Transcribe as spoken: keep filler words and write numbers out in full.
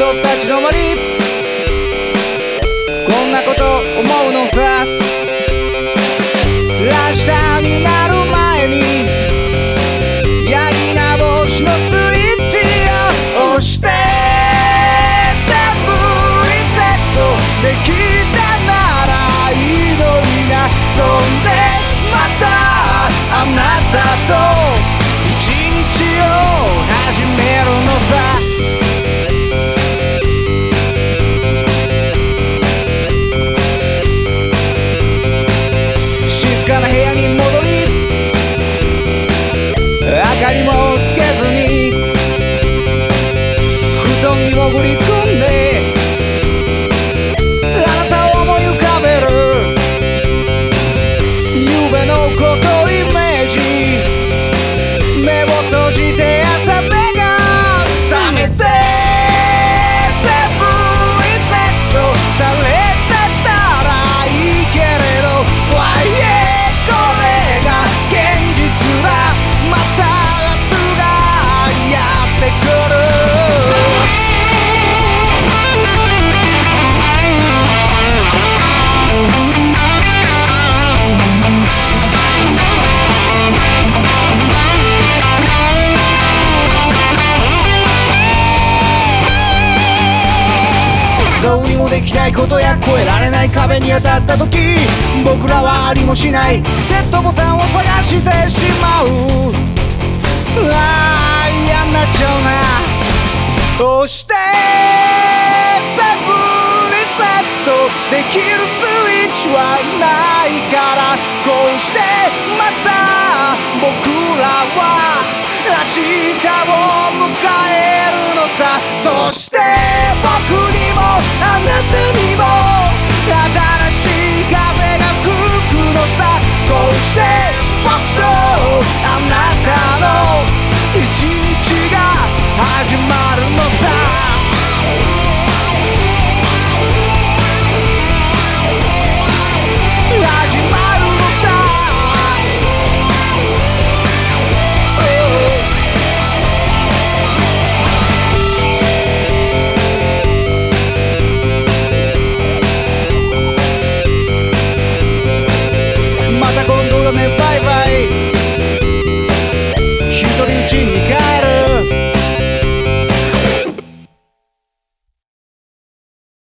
と立ち止まりこんなこと思うのさ。明日になる前にやり直しのスイッチを押して全部リセットできたならいいのにな。そんでまたあなたと一日を始めるのさ。静かな部屋に戻り明かりもつけずに布団に潜り込んであなたを思い浮かべる。夢のことをイメージ目を閉じて朝目が覚めて全部リセットされてたらいいけれど Whyこれが現実だ。また明日がやってくる。どうにもできないことや越えられない壁に当たった時僕らはありもしないセットボタンを探してしまう。ああ嫌になっちゃうな。押して全部リセットできるスイッチはないからこうしてまた僕らは明日を迎えるのさ。そして僕にもあなたにも新しい風が吹くのさ。こうして僕